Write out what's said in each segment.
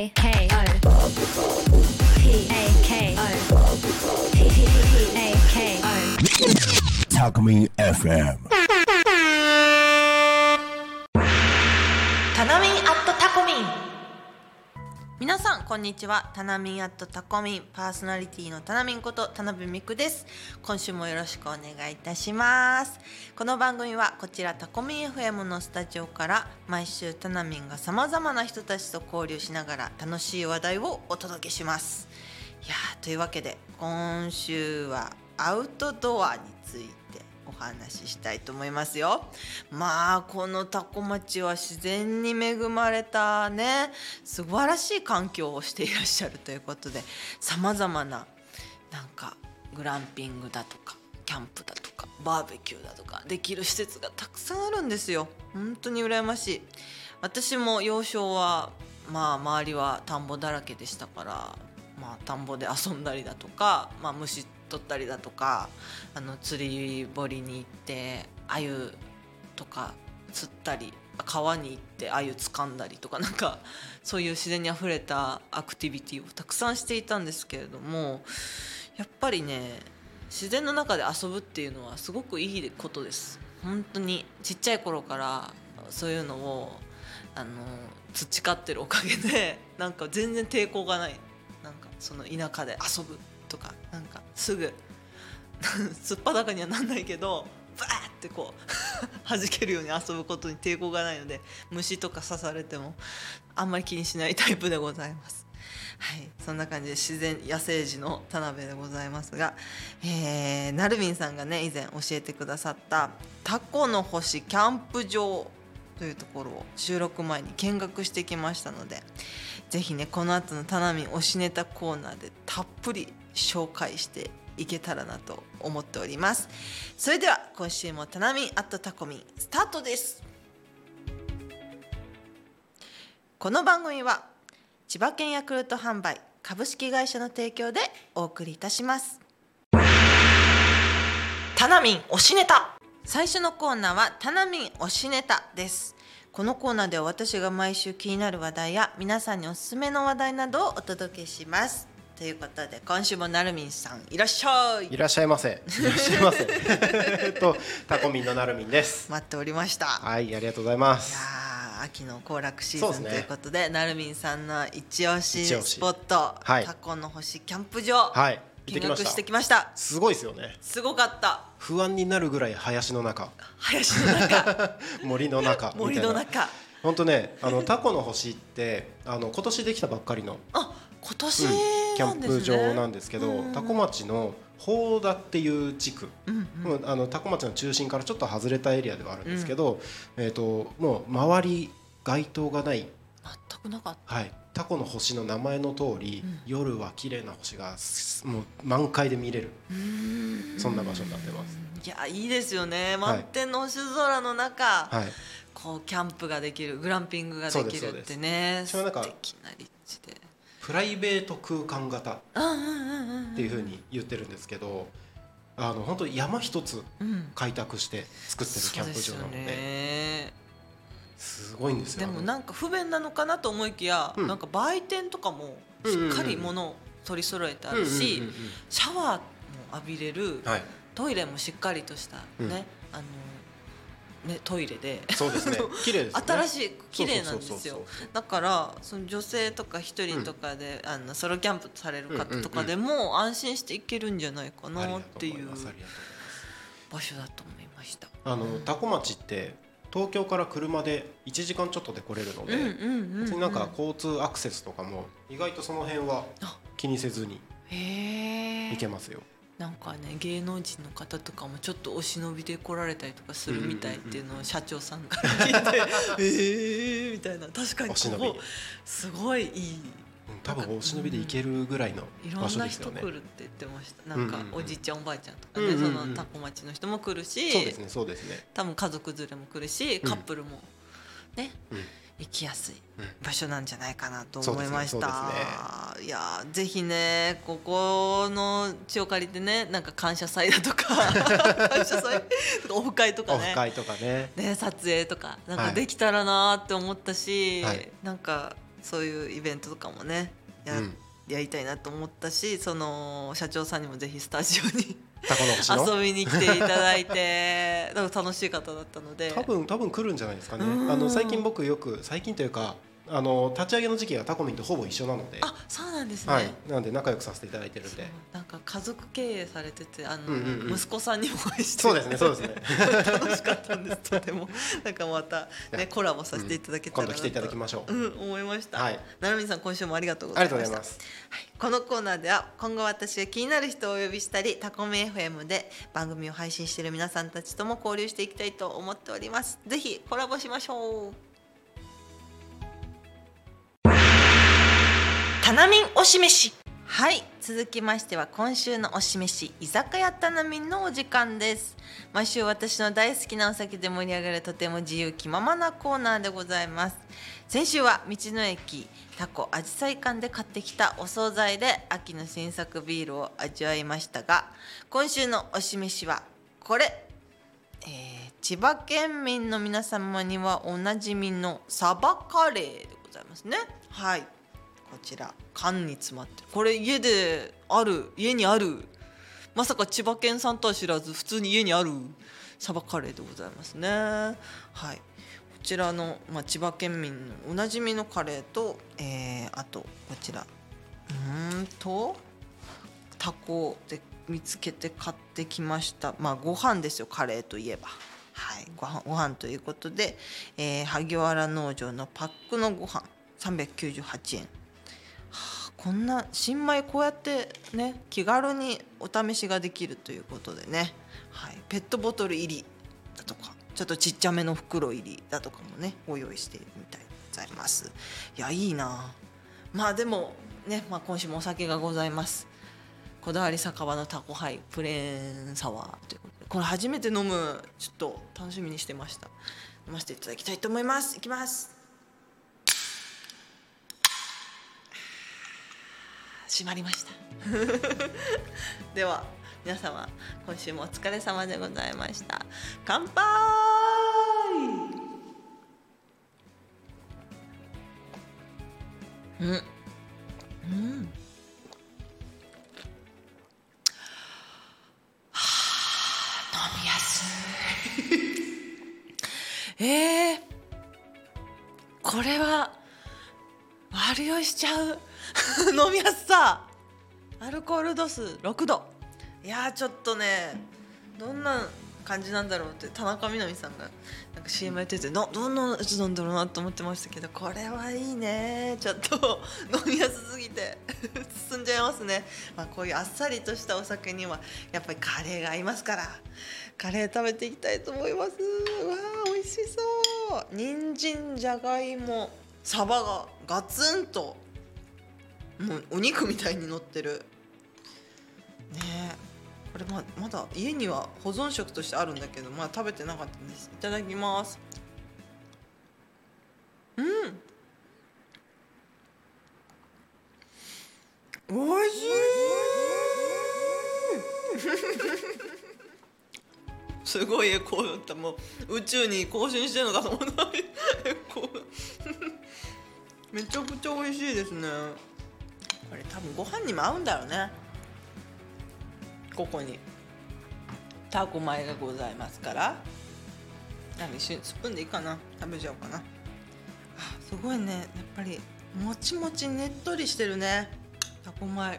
タコミン FM タナミンアットタコミン。皆さんこんにちは。タナミンアットタコミンパーソナリティのタナミンこと田辺美久です。今週もよろしくお願いいたします。この番組はこちらタコミン FM のスタジオから毎週タナミンがさまざまな人たちと交流しながら楽しい話題をお届けします。いやというわけで今週はアウトドアについてお話ししたいと思いますよ。まあこの多古町は自然に恵まれたね素晴らしい環境をしていらっしゃるということで、さまざまななんかグランピングだとかキャンプだとかバーベキューだとかできる施設がたくさんあるんですよ。本当に羨ましい。私も幼少は周りは田んぼだらけでしたから、田んぼで遊んだりだとか、虫取ったりだとか、釣り堀に行って鮎とか釣ったり、川に行って鮎掴んだりとか、なんかそういう自然にあふれたアクティビティをたくさんしていたんですけれども、やっぱりね自然の中で遊ぶっていうのはすごくいいことです。本当にちっちゃい頃からそういうのを培ってるおかげでなんか全然抵抗がない。なんかその田舎で遊ぶとか、なんかすぐすっぱだかにはなんないけどバーってこう弾けるように遊ぶことに抵抗がないので、虫とか刺されてもあんまり気にしないタイプでございます。はい、そんな感じで自然野生児の田辺でございますが、なるみんさんがね以前教えてくださったタコの星キャンプ場というところを収録前に見学してきましたので、ぜひねこの後のタナミン推しネタコーナーでたっぷり紹介していけたらなと思っております。それでは今週もタナミンアットタコミンスタートです。この番組は千葉県ヤクルト販売株式会社の提供でお送りいたします。タナミン推しネタ。最初のコーナーはタナミン推しネタです。このコーナーでは私が毎週気になる話題や皆さんにおすすめの話題などをお届けします。ということで今週もなるみんさんいらっしゃい。 いらっしゃいませ。いらっしゃいませタコミンのなるみんです。 待っておりました。 はい、ありがとうございます。 いや秋の行楽シーズンということで、なるみんさんの一押しスポット、 はい、 タコの星キャンプ場、 はい、 見学してきました。 すごいですよね。 すごかった。 不安になるぐらい林の中森の中森の中本当ね、タコの星って今年できたばっかりの今年キャンプ場なんですけど、多古町の宝田っていう地区、多古町の中心からちょっと外れたエリアではあるんですけど、もう周り街灯がない、 全くなかった、 はい、タコの星の名前の通り、夜は綺麗な星がもう満開で見れる、そんな場所になってます。 いやいいですよね。満天の星空の中、はい、こうキャンプができる、グランピングができるってね、素敵な立地でプライベート空間型っていう風に言ってるんですけど、本当に山一つ開拓して作ってるキャンプ場なので、すごいんですよ。 でもなんか不便なのかなと思いきや、なんか売店とかもしっかり物を取り揃えてあるし、シャワーも浴びれる、トイレもしっかりとしたね、トイレで、 そうですね、綺麗ですね。 新しい綺麗なんですよ。だからその女性とか一人とかで、ソロキャンプされる方とかでも安心して行けるんじゃないかなっていう場所だと思いました。 多古町って東京から車で1時間ちょっとで来れるので、別になんか交通アクセスとかも意外とその辺は気にせずに行けますよ。 なんかね、芸能人の方とかもちょっとお忍びで来られたりとかするみたいっていうのを社長さんから聞いてみたいな。確かにここすごいいい、 多分お忍びで行けるぐらいの場所ですよね。 いろんな人来るって言ってました。なんかおじいちゃんおばあちゃんとかね、その多古町の人も来るし、 そうですね、そうですね、 多分家族連れも来るし、カップルもね、行きやすい場所なんじゃないかなと思いました。いやぜひねここの地を借りてね、なんか感謝祭だとか感謝祭とかオフ会とかね、 オフ会とかね、 撮影とかなんかできたらなって思ったし、なんかそういうイベントとかもねやりたいなと思ったし、その社長さんにもぜひスタジオにタコの星の遊びに来ていただいて楽しい方だったので、 多分来るんじゃないですかね。最近僕よく、最近というか立ち上げの時期がタコミンとほぼ一緒なので、 あ、そうなんですね、 はい、なので仲良くさせていただいてるんで、 なんか家族経営されてて息子さんにもお会いして、 そうですね楽しかったんです。とてもなんかまた、ね、コラボさせていただけたらなと、 今度来ていただきましょう、 思いました。 はい、 なるみさん、今週もありがとうございました。 ありがとうございます。 はい、このコーナーでは今後私が気になる人をお呼びしたり、タコミ FM で番組を配信している皆さんたちとも交流していきたいと思っております。ぜひコラボしましょう。タナミン推し飯。はい、続きましては今週の推し飯、居酒屋タナミンのお時間です。毎週私の大好きなお酒で盛り上がるとても自由気ままなコーナーでございます。先週は道の駅タコあじさい館で買ってきたお惣菜で秋の新作ビールを味わいましたが、今週の推し飯はこれ、千葉県民の皆様にはおなじみのサバカレーでございますね。はい、こちら缶に詰まってる、これ家にある、まさか千葉県産とは知らず普通に家にあるサバカレーでございますね。はい、こちらの、千葉県民のおなじみのカレーと、あとこちらタコで見つけて買ってきました。ご飯ですよ、カレーといえば。はい、ご飯ということで、萩原農場のパックのご飯398円。こんな新米こうやってね気軽にお試しができるということでね、はい、ペットボトル入りだとかちょっとちっちゃめの袋入りだとかもねご用意しているみたいでございます。いや、いいな。でもね、今週もお酒がございます。こだわり酒場のタコハイプレーンサワーということで、これ初めて飲む、ちょっと楽しみにしてました。飲ませていただきたいと思います。いきます。閉まりましたでは皆様、今週もお疲れ様でございました。乾杯。飲みやすいこれは悪酔いしちゃう飲みやすさ。アルコール度数6度。いやちょっとね、どんな感じなんだろうって田中みな実さんがなんか CM やってて、どんなやつなんだろうなと思ってましたけど、これはいいね。ちょっと飲みやすすぎて進んじゃいますね。こういうあっさりとしたお酒にはやっぱりカレーが合いますから、カレー食べていきたいと思います。わー、美味しそう。人参、じゃがいも、サバがガツンともうお肉みたいに乗ってるね。これまだ家には保存食としてあるんだけど、食べてなかったんです。いただきます。おいしいすごいエコーだった。もう宇宙に更新してるのかと思ったエコーめちゃくちゃ美味しいですね。これ多分ご飯にも合うんだろうね。ここにタコ米がございますから、一緒にスプーンでいいかな、食べちゃおうかな。すごいね、やっぱりもちもちねっとりしてるね、タコ米。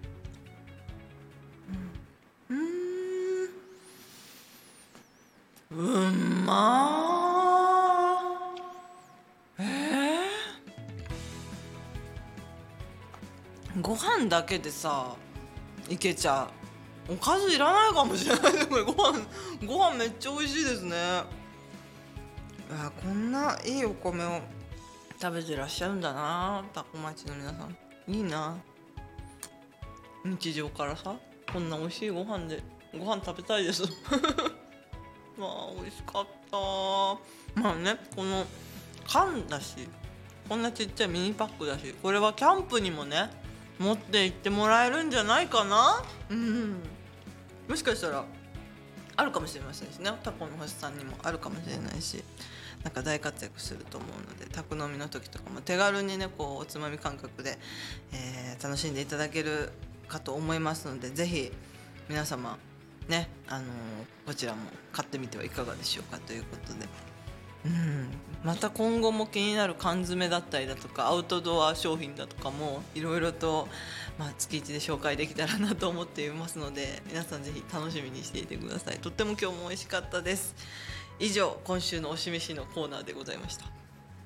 うんまご飯だけでさいけちゃう。おかずいらないかもしれない。これご飯めっちゃ美味しいですね。こんないいお米を食べてらっしゃるんだな、タコ町の皆さん。いいな、日常からさこんな美味しいご飯でご飯食べたいです美味しかった。この缶だし、こんなちっちゃいミニパックだし、これはキャンプにもね持って行ってもらえるんじゃないかな。もしかしたらあるかもしれませんしね、タコの星さんにもあるかもしれないし、 なんか大活躍すると思うので、宅飲みの時とかも手軽にねこうおつまみ感覚で、楽しんでいただけるかと思いますので、ぜひ皆様ね、こちらも買ってみてはいかがでしょうかということで、また今後も気になる缶詰だったりだとかアウトドア商品だとかもいろいろと、月1で紹介できたらなと思っていますので、皆さんぜひ楽しみにしていてください。とっても今日も美味しかったです。以上、今週の推し飯のコーナーでございました。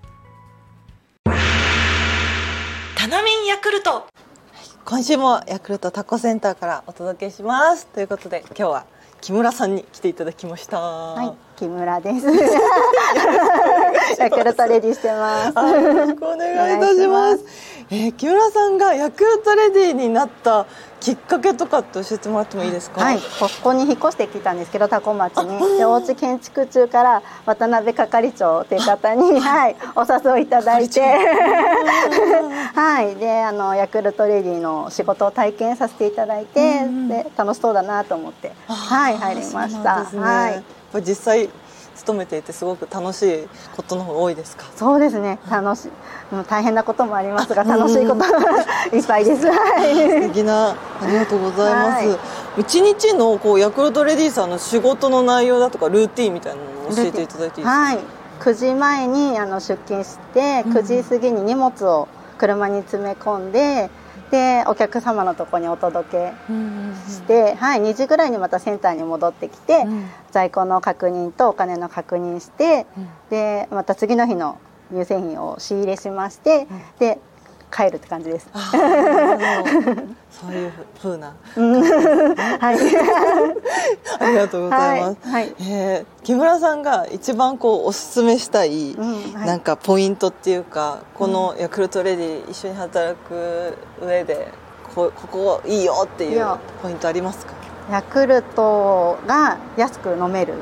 タナミンヤクルト、今週もヤクルトタコセンターからお届けしますということで、今日は木村さんに来ていただきました。 はい、木村ですヤクルトレディしてます。 よろしくお願いいたします。木村さんがヤクルトレディになったきっかけとかって教えてもらってもいいですか？ はい、ここに引っ越してきたんですけど、多古町に。で、お家建築中から渡辺係長という方に、お誘いいただいてはい、でヤクルトレディの仕事を体験させていただいて、で楽しそうだなと思って、入りました。 実際勤めていてすごく楽しいことの方が多いですか？ そうですね、大変なこともありますが楽しいこといっぱいです。素敵な、ありがとうございます。一日のヤクルトレディさんの仕事の内容だとかルーティーンみたいなのを教えていただいていいですか？ 9時前に出勤して9時過ぎに荷物を車に詰め込んで、でお客様のところにお届けして、2時ぐらいにまたセンターに戻ってきて、在庫の確認とお金の確認して、でまた次の日の乳製品を仕入れしまして、で帰るって感じです。 そういう風な、ありがとうございます。木村さんが一番おすすめしたい、なんかポイントっていうか、このヤクルトレディ一緒に働く上でここいいよっていうポイントありますか？ ヤクルトが安く飲める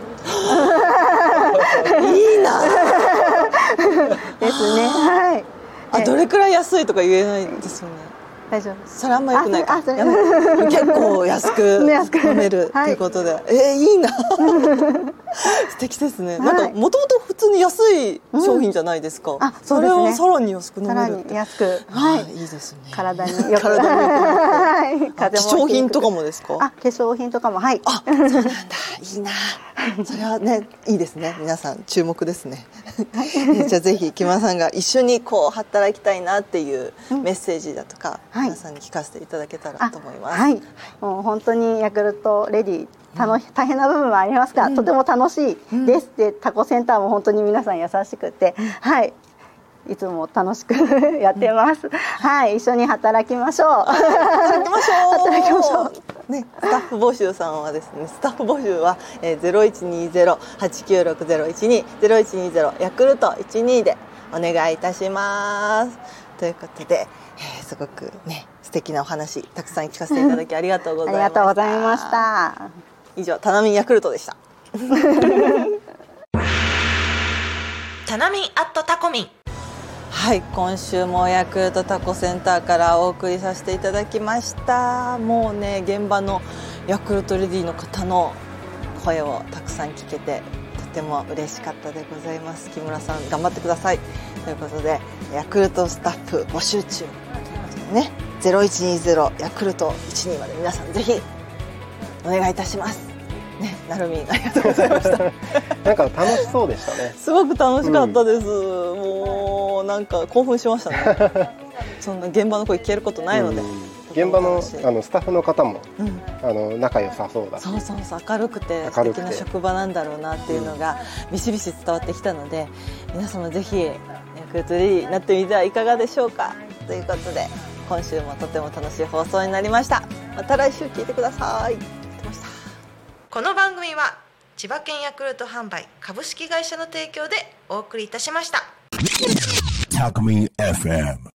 いいなですね。 どれくらい安いとか言えないですよね。 大丈夫。 それあんま良くないか。結構安く飲めるということで、いいな素敵ですね。なんかもともと普通に安い商品じゃないですか。それをさらに安く飲めるって。さらに安く。 いいですね。 体によく。化粧品とかもですか？ 化粧品とかも、そうなんだ。いいな。それはね、いいですね。皆さん注目ですね。じゃあぜひ木村さんが一緒に働きたいなっていうメッセージだとか、皆さんに聞かせていただけたらと思います。 もう本当にヤクルトレディ大変な部分もありますが、とても楽しいです。でタコセンターも本当に皆さん優しくて、いつも楽しくやってます。一緒に働きましょう。 働きましょう。スタッフ募集さんはですね、スタッフ募集は0120-896012 0120ヤクルト12でお願いいたします。ということで、すごくね素敵なお話たくさん聞かせていただきありがとうございました。 ありがとうございました。 以上、タナミンヤクルトでした。 タナミンアットタコミン。 今週もヤクルトタコセンターからお送りさせていただきました。もうね、現場のヤクルトレディの方の声をたくさん聞けてとても嬉しかったでございます。木村さん頑張ってくださいということで、ヤクルトスタッフ募集中ということでね、0120ヤクルト12まで皆さんぜひお願いいたしますね。なるみん、ありがとうございましたなんか楽しそうでしたね。 すごく楽しかったです、もうなんか興奮しましたねそんな現場の声聞けることないので、 現場のスタッフの方も、仲良さそうだし、 そう明るくて素敵な職場なんだろうなっていうのがビシビシ伝わってきたので、皆様ぜひヤクルトレディになってみてはいかがでしょうかということで、今週もとても楽しい放送になりました。また来週聞いてください。 この番組は千葉県ヤクルト販売株式会社の提供でお送りいたしました。 タコミン FM